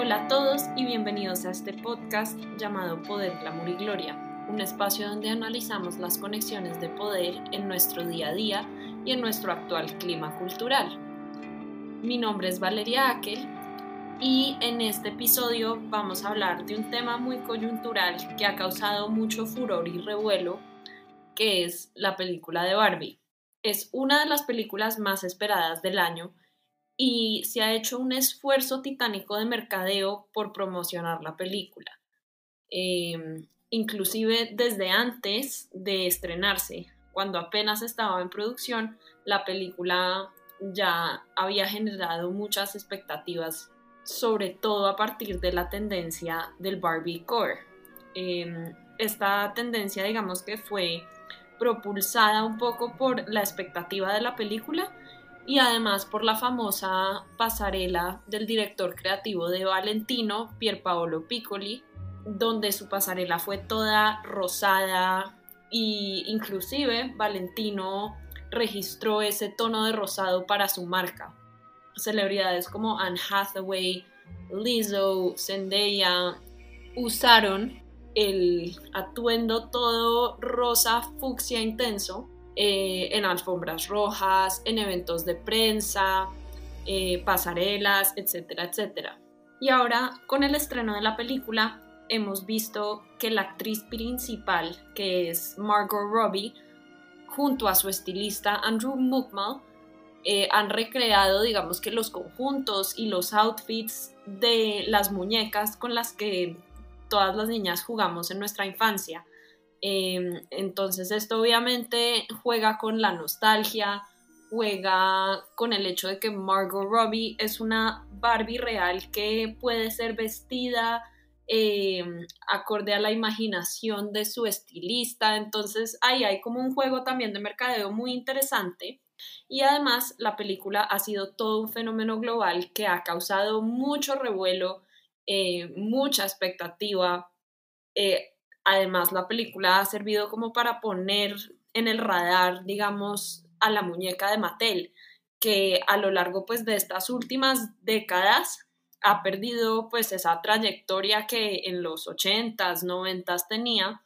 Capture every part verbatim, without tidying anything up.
Hola a todos y bienvenidos a este podcast llamado Poder, Glamour y Gloria, un espacio donde analizamos las conexiones de poder en nuestro día a día y en nuestro actual clima cultural. Mi nombre es Valeria Akel y en este episodio vamos a hablar de un tema muy coyuntural que ha causado mucho furor y revuelo, que es la película de Barbie. Es una de las películas más esperadas del año y se ha hecho un esfuerzo titánico de mercadeo por promocionar la película. Eh, inclusive desde antes de estrenarse, cuando apenas estaba en producción, la película ya había generado muchas expectativas, sobre todo a partir de la tendencia del Barbiecore. Eh, esta tendencia, digamos que fue propulsada un poco por la expectativa de la película y además por la famosa pasarela del director creativo de Valentino, Pierpaolo Piccoli, donde su pasarela fue toda rosada e inclusive Valentino registró ese tono de rosado para su marca. Celebridades como Anne Hathaway, Lizzo, Zendaya usaron el atuendo todo rosa fucsia intenso eh, en alfombras rojas, en eventos de prensa, eh, pasarelas, etcétera, etcétera. Y ahora, con el estreno de la película, hemos visto que la actriz principal, que es Margot Robbie, junto a su estilista Andrew Muckmal, eh, han recreado, digamos que los conjuntos y los outfits de las muñecas con las que todas las niñas jugamos en nuestra infancia. Eh, entonces esto obviamente juega con la nostalgia, juega con el hecho de que Margot Robbie es una Barbie real que puede ser vestida eh, acorde a la imaginación de su estilista. Entonces ahí hay como un juego también de mercadeo muy interesante. Y además la película ha sido todo un fenómeno global que ha causado mucho revuelo, eh, mucha expectativa. Eh, además la película ha servido como para poner en el radar, digamos, a la muñeca de Mattel, que a lo largo pues de estas últimas décadas ha perdido pues esa trayectoria que en los ochentas, noventas tenía,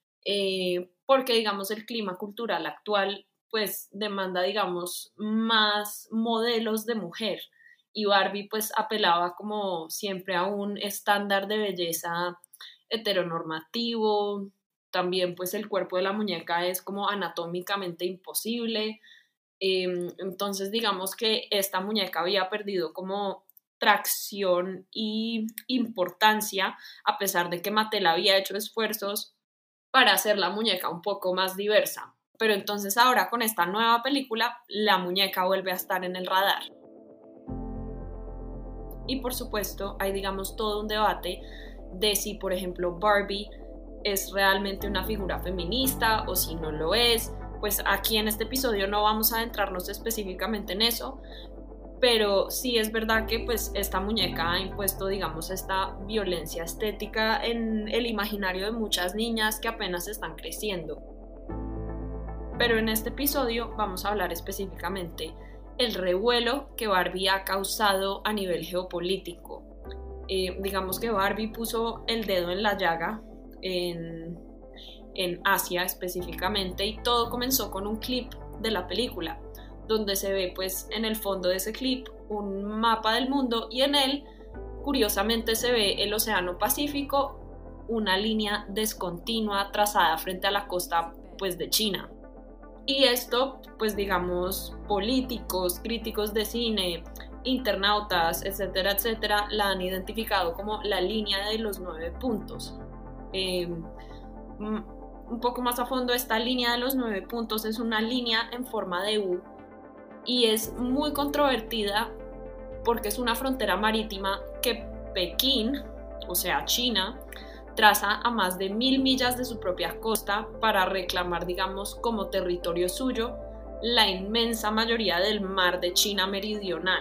eh, porque digamos el clima cultural actual pues demanda, digamos, más modelos de mujer, y Barbie pues apelaba como siempre a un estándar de belleza heteronormativo. También pues el cuerpo de la muñeca es como anatómicamente imposible, eh, entonces digamos que esta muñeca había perdido como tracción y importancia, a pesar de que Mattel había hecho esfuerzos para hacer la muñeca un poco más diversa. Pero entonces ahora con esta nueva película la muñeca vuelve a estar en el radar. Y por supuesto hay, digamos, todo un debate de si, por ejemplo, Barbie es realmente una figura feminista o si no lo es. Pues aquí en este episodio no vamos a adentrarnos específicamente en eso, pero sí es verdad que pues esta muñeca ha impuesto, digamos, esta violencia estética en el imaginario de muchas niñas que apenas están creciendo. Pero en este episodio vamos a hablar específicamente el revuelo que Barbie ha causado a nivel geopolítico. Eh, digamos que Barbie puso el dedo en la llaga en, en Asia específicamente, y todo comenzó con un clip de la película, donde se ve pues en el fondo de ese clip un mapa del mundo y en él curiosamente se ve el Océano Pacífico, una línea descontinua trazada frente a la costa pues de China. Y esto, pues digamos, políticos, críticos de cine, internautas, etcétera, etcétera, la han identificado como la línea de los nueve puntos. Eh, un poco más a fondo, esta línea de los nueve puntos es una línea en forma de U y es muy controvertida porque es una frontera marítima que Pekín, o sea, China, traza a más de mil millas de su propia costa para reclamar, digamos, como territorio suyo la inmensa mayoría del mar de China meridional.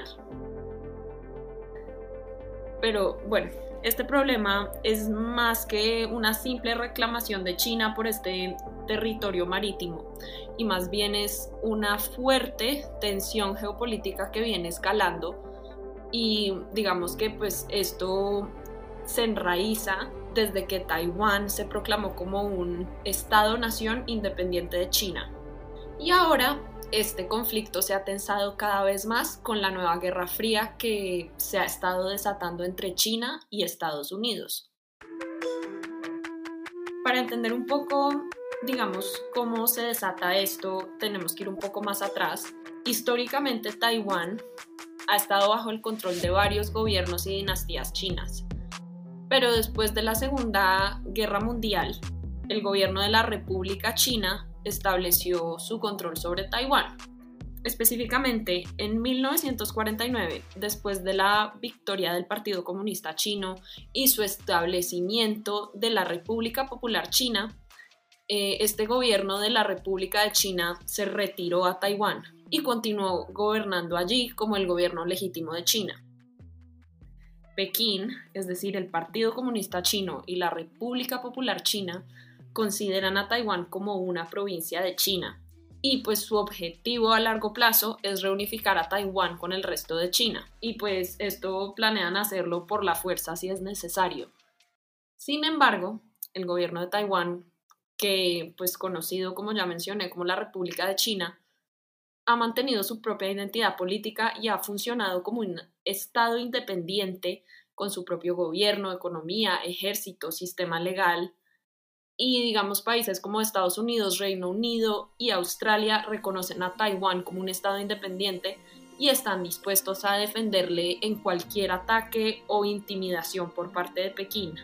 Pero bueno, este problema es más que una simple reclamación de China por este territorio marítimo, y más bien es una fuerte tensión geopolítica que viene escalando y digamos que pues esto se enraiza desde que Taiwán se proclamó como un Estado-nación independiente de China. Y ahora este conflicto se ha tensado cada vez más con la nueva Guerra Fría que se ha estado desatando entre China y Estados Unidos. Para entender un poco, digamos, cómo se desata esto, tenemos que ir un poco más atrás. Históricamente, Taiwán ha estado bajo el control de varios gobiernos y dinastías chinas. Pero después de la Segunda Guerra Mundial, el gobierno de la República China estableció su control sobre Taiwán. Específicamente, en mil novecientos cuarenta y nueve, después de la victoria del Partido Comunista Chino y su establecimiento de la República Popular China, eh, este gobierno de la República de China se retiró a Taiwán y continuó gobernando allí como el gobierno legítimo de China. Pekín, es decir, el Partido Comunista Chino y la República Popular China, consideran a Taiwán como una provincia de China y pues su objetivo a largo plazo es reunificar a Taiwán con el resto de China y pues esto planean hacerlo por la fuerza si es necesario. Sin embargo, el gobierno de Taiwán, que pues conocido como ya mencioné como la República de China, ha mantenido su propia identidad política y ha funcionado como un estado independiente con su propio gobierno, economía, ejército, sistema legal. Y digamos países como Estados Unidos, Reino Unido y Australia reconocen a Taiwán como un estado independiente y están dispuestos a defenderle en cualquier ataque o intimidación por parte de Pekín.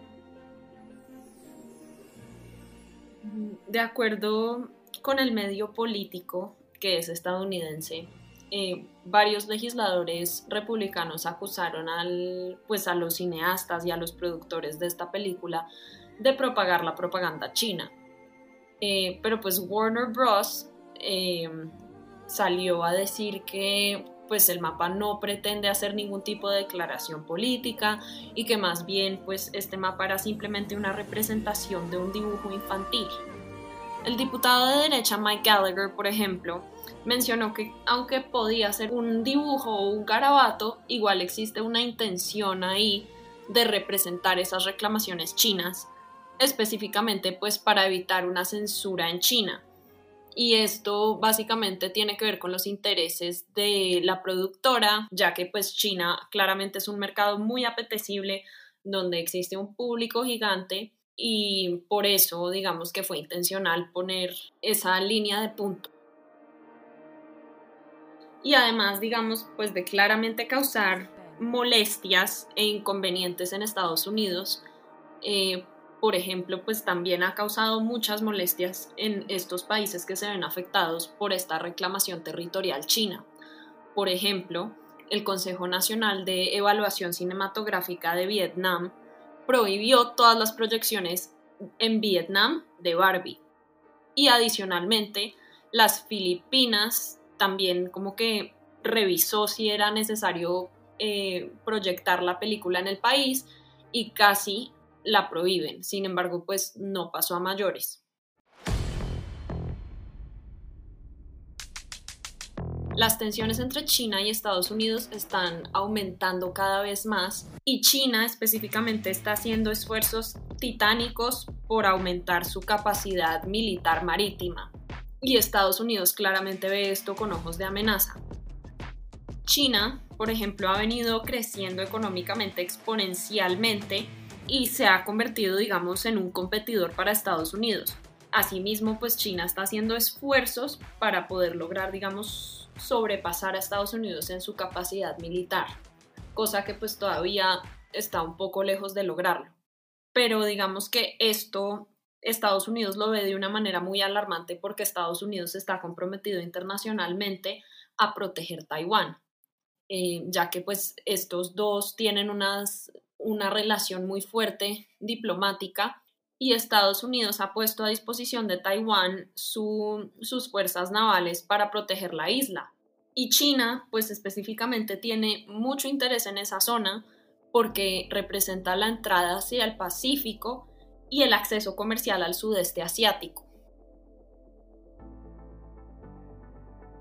De acuerdo con el medio político, que es estadounidense, eh, varios legisladores republicanos acusaron al, pues a los cineastas y a los productores de esta película de propagar la propaganda china. Eh, pero pues Warner Bros. Eh, salió a decir que pues el mapa no pretende hacer ningún tipo de declaración política y que más bien pues este mapa era simplemente una representación de un dibujo infantil. El diputado de derecha Mike Gallagher, por ejemplo, mencionó que aunque podía ser un dibujo o un garabato, igual existe una intención ahí de representar esas reclamaciones chinas, específicamente pues para evitar una censura en China. Y esto básicamente tiene que ver con los intereses de la productora, ya que pues China claramente es un mercado muy apetecible donde existe un público gigante y por eso digamos que fue intencional poner esa línea de punto. Y además digamos pues de claramente causar molestias e inconvenientes en Estados Unidos, eh, por ejemplo, pues también ha causado muchas molestias en estos países que se ven afectados por esta reclamación territorial china. Por ejemplo, el Consejo Nacional de Evaluación Cinematográfica de Vietnam prohibió todas las proyecciones en Vietnam de Barbie. Y adicionalmente, las Filipinas también como que revisó si era necesario eh, proyectar la película en el país y casi la prohíben. Sin embargo, pues no pasó a mayores. Las tensiones entre China y Estados Unidos están aumentando cada vez más y China específicamente está haciendo esfuerzos titánicos por aumentar su capacidad militar marítima y Estados Unidos claramente ve esto con ojos de amenaza. China, por ejemplo, ha venido creciendo económicamente exponencialmente y se ha convertido, digamos, en un competidor para Estados Unidos. Asimismo, pues China está haciendo esfuerzos para poder lograr, digamos, sobrepasar a Estados Unidos en su capacidad militar, cosa que pues todavía está un poco lejos de lograrlo. Pero digamos que esto Estados Unidos lo ve de una manera muy alarmante porque Estados Unidos está comprometido internacionalmente a proteger Taiwán, eh, ya que pues estos dos tienen unas, una relación muy fuerte diplomática y Estados Unidos ha puesto a disposición de Taiwán su, sus fuerzas navales para proteger la isla. Y China, pues específicamente, tiene mucho interés en esa zona porque representa la entrada hacia el Pacífico y el acceso comercial al sudeste asiático.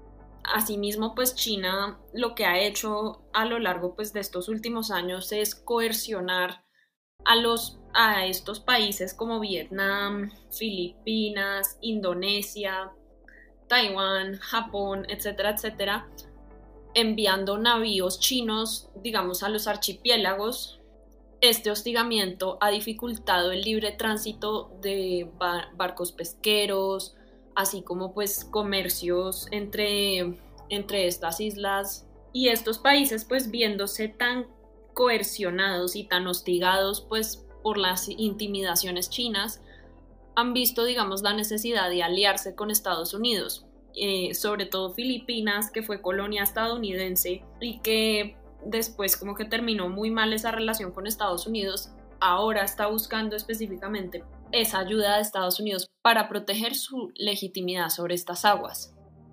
Asimismo, pues China lo que ha hecho a lo largo pues, de estos últimos años es coercionar a, los, a estos países como Vietnam, Filipinas, Indonesia, Taiwán, Japón, etcétera, etcétera, enviando navíos chinos, digamos, a los archipiélagos. Este hostigamiento ha dificultado el libre tránsito de bar- barcos pesqueros, así como pues comercios entre, entre estas islas, y estos países pues viéndose tan coercionados y tan hostigados pues por las intimidaciones chinas, han visto digamos la necesidad de aliarse con Estados Unidos, eh, sobre todo Filipinas, que fue colonia estadounidense y que después como que terminó muy mal esa relación con Estados Unidos, ahora está buscando específicamente esa ayuda de Estados Unidos para proteger su legitimidad sobre estas aguas.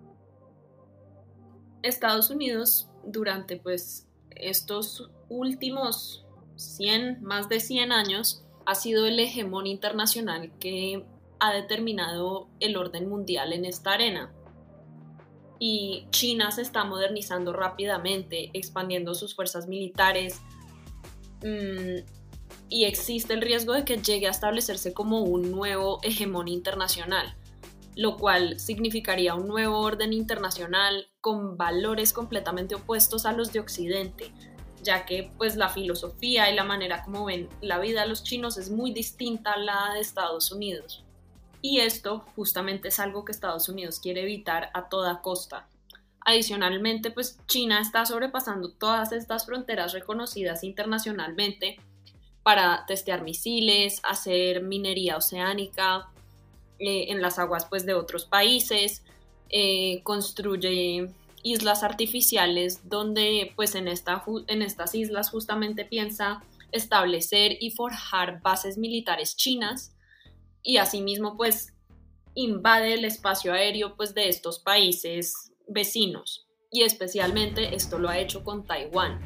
Estados Unidos durante pues estos últimos cien, más de cien años ha sido el hegemón internacional que ha determinado el orden mundial en esta arena. Y China se está modernizando rápidamente, expandiendo sus fuerzas militares, mmm, y existe el riesgo de que llegue a establecerse como un nuevo hegemón internacional, lo cual significaría un nuevo orden internacional con valores completamente opuestos a los de Occidente, ya que pues la filosofía y la manera como ven la vida de los chinos es muy distinta a la de Estados Unidos. Y esto justamente es algo que Estados Unidos quiere evitar a toda costa. Adicionalmente, pues China está sobrepasando todas estas fronteras reconocidas internacionalmente para testear misiles, hacer minería oceánica eh, en las aguas pues, de otros países, eh, construye islas artificiales donde pues, en, esta, en estas islas justamente piensa establecer y forjar bases militares chinas y asimismo pues invade el espacio aéreo pues, de estos países vecinos y especialmente esto lo ha hecho con Taiwán.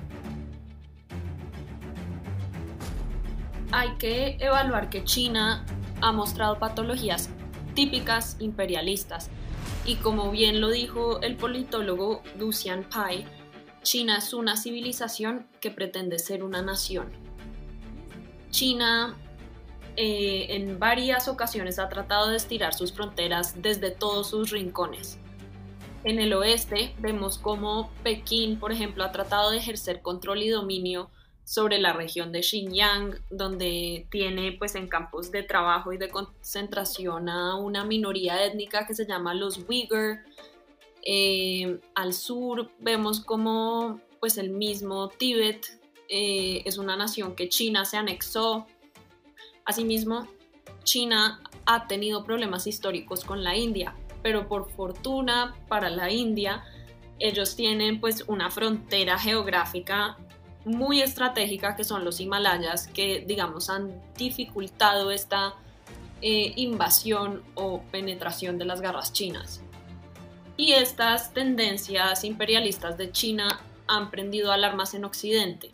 Hay que evaluar que China ha mostrado patologías típicas imperialistas y como bien lo dijo el politólogo Lucian Pai, China es una civilización que pretende ser una nación. China eh, en varias ocasiones ha tratado de estirar sus fronteras desde todos sus rincones. En el oeste vemos cómo Pekín, por ejemplo, ha tratado de ejercer control y dominio sobre la región de Xinjiang, donde tiene pues en campos de trabajo y de concentración a una minoría étnica que se llama los Uyghur. Eh, al sur vemos como pues el mismo Tíbet eh, es una nación que China se anexó. Asimismo, China ha tenido problemas históricos con la India, pero por fortuna para la India, ellos tienen pues una frontera geográfica muy estratégica que son los Himalayas, que digamos han dificultado esta eh, invasión o penetración de las garras chinas. Y estas tendencias imperialistas de China han prendido alarmas en Occidente.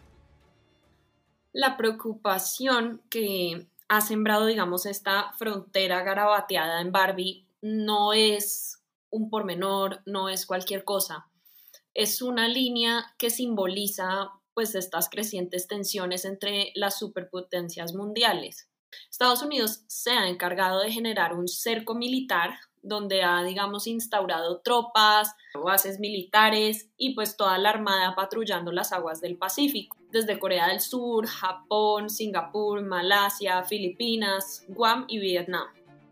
La preocupación que ha sembrado, digamos, esta frontera garabateada en Barbie no es un pormenor, no es cualquier cosa. Es una línea que simboliza pues estas crecientes tensiones entre las superpotencias mundiales. Estados Unidos se ha encargado de generar un cerco militar donde ha, digamos, instaurado tropas, bases militares y pues toda la armada patrullando las aguas del Pacífico, desde Corea del Sur, Japón, Singapur, Malasia, Filipinas, Guam y Vietnam.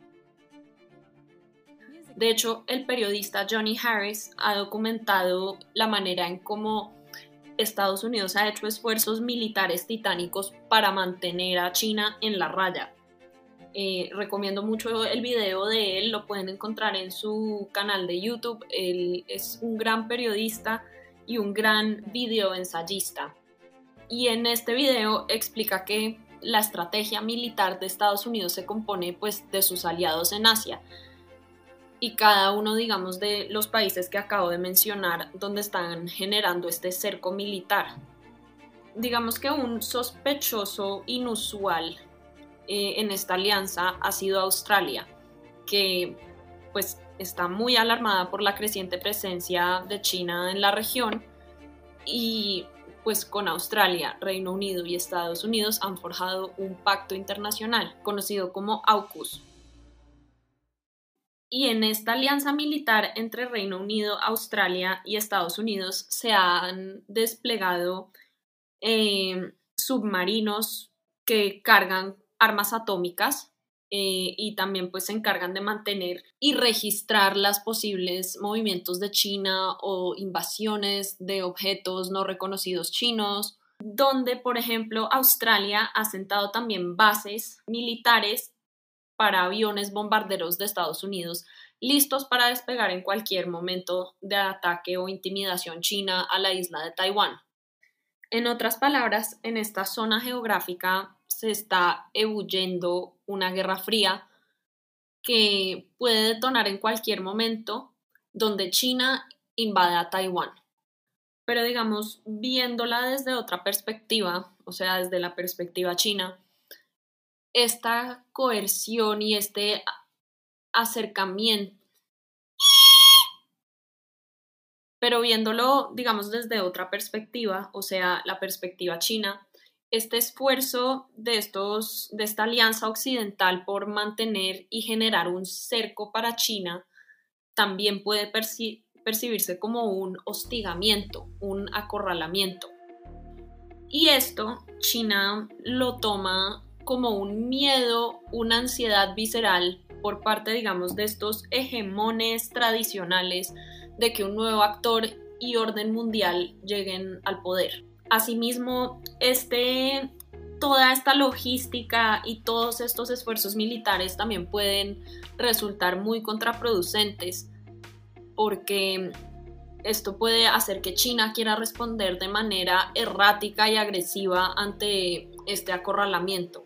De hecho, el periodista Johnny Harris ha documentado la manera en cómo Estados Unidos ha hecho esfuerzos militares titánicos para mantener a China en la raya. Eh, recomiendo mucho el video de él, lo pueden encontrar en su canal de YouTube. Él es un gran periodista y un gran videoensayista. Y en este video explica que la estrategia militar de Estados Unidos se compone pues, de sus aliados en Asia. Y cada uno, digamos, de los países que acabo de mencionar, donde están generando este cerco militar. Digamos que un sospechoso inusual eh, en esta alianza ha sido Australia, que pues está muy alarmada por la creciente presencia de China en la región y pues con Australia, Reino Unido y Estados Unidos han forjado un pacto internacional conocido como AUKUS. Y en esta alianza militar entre Reino Unido, Australia y Estados Unidos se han desplegado eh, submarinos que cargan armas atómicas eh, y también pues se encargan de mantener y registrar los posibles movimientos de China o invasiones de objetos no reconocidos chinos, donde por ejemplo Australia ha sentado también bases militares para aviones bombarderos de Estados Unidos listos para despegar en cualquier momento de ataque o intimidación china a la isla de Taiwán. En otras palabras, en esta zona geográfica se está ebulliendo una guerra fría que puede detonar en cualquier momento donde China invada a Taiwán. Pero digamos, viéndola desde otra perspectiva, o sea, desde la perspectiva china, esta coerción y este acercamiento, pero viéndolo, digamos, desde otra perspectiva, o sea, la perspectiva china, este esfuerzo de, estos, de esta alianza occidental por mantener y generar un cerco para China también puede perci- percibirse como un hostigamiento, un acorralamiento. Y esto China lo toma como un miedo, una ansiedad visceral por parte, digamos, de estos hegemones tradicionales de que un nuevo actor y orden mundial lleguen al poder. Asimismo, este, toda esta logística y todos estos esfuerzos militares también pueden resultar muy contraproducentes porque esto puede hacer que China quiera responder de manera errática y agresiva ante este acorralamiento.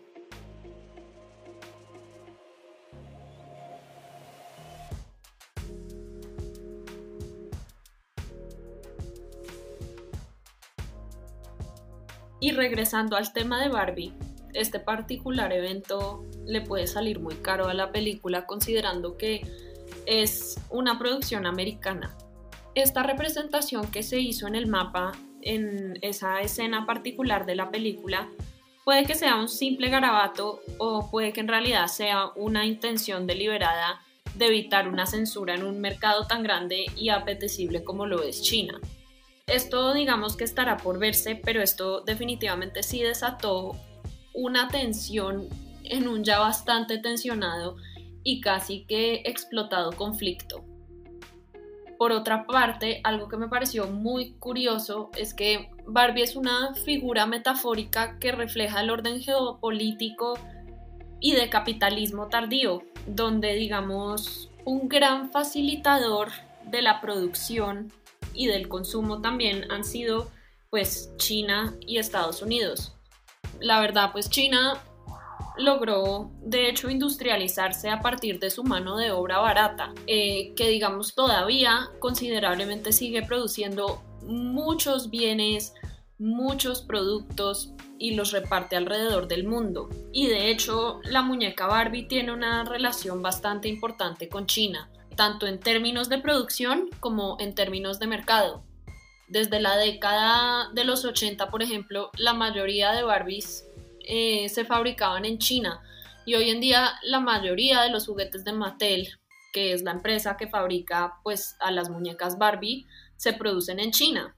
Y regresando al tema de Barbie, este particular evento le puede salir muy caro a la película considerando que es una producción americana. Esta representación que se hizo en el mapa, en esa escena particular de la película, puede que sea un simple garabato o puede que en realidad sea una intención deliberada de evitar una censura en un mercado tan grande y apetecible como lo es China. Esto digamos que estará por verse, pero esto definitivamente sí desató una tensión en un ya bastante tensionado y casi que explotado conflicto. Por otra parte, algo que me pareció muy curioso es que Barbie es una figura metafórica que refleja el orden geopolítico y de capitalismo tardío, donde digamos un gran facilitador de la producción y del consumo también han sido pues China y Estados Unidos. La verdad pues China logró de hecho industrializarse a partir de su mano de obra barata, eh, que digamos todavía considerablemente sigue produciendo muchos bienes, muchos productos y los reparte alrededor del mundo. Y de hecho la muñeca Barbie tiene una relación bastante importante con China, tanto en términos de producción como en términos de mercado. Desde la década de los ochenta, por ejemplo, la mayoría de Barbies eh, se fabricaban en China y hoy en día la mayoría de los juguetes de Mattel, que es la empresa que fabrica pues, a las muñecas Barbie, se producen en China.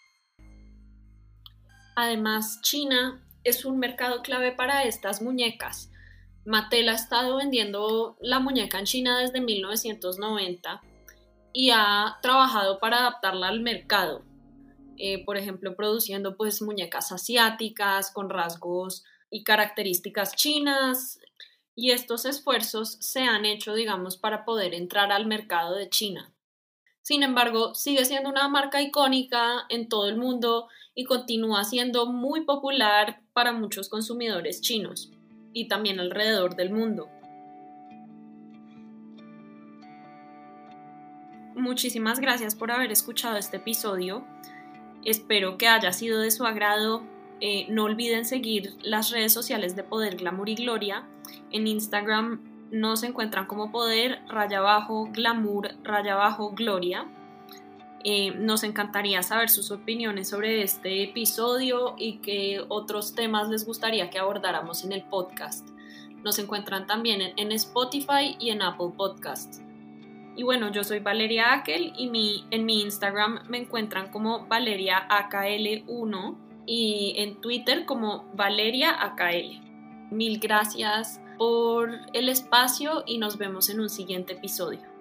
Además, China es un mercado clave para estas muñecas. Mattel ha estado vendiendo la muñeca en China desde mil novecientos noventa y ha trabajado para adaptarla al mercado. Eh, por ejemplo, produciendo pues muñecas asiáticas con rasgos y características chinas, y estos esfuerzos se han hecho, digamos, para poder entrar al mercado de China. Sin embargo, sigue siendo una marca icónica en todo el mundo y continúa siendo muy popular para muchos consumidores chinos y también alrededor del mundo. Muchísimas gracias por haber escuchado este episodio. Espero que haya sido de su agrado. Eh, no olviden seguir las redes sociales de Poder, Glamour y Gloria. En Instagram nos encuentran como Poder, raya abajo, Glamour, raya abajo, Gloria. Eh, nos encantaría saber sus opiniones sobre este episodio y qué otros temas les gustaría que abordáramos en el podcast. Nos encuentran también en, en Spotify y en Apple Podcasts. Y bueno, yo soy Valeria Akel y mi, en mi Instagram me encuentran como Valeria A K L uno y en Twitter como Valeria A K L. Mil gracias por el espacio y nos vemos en un siguiente episodio.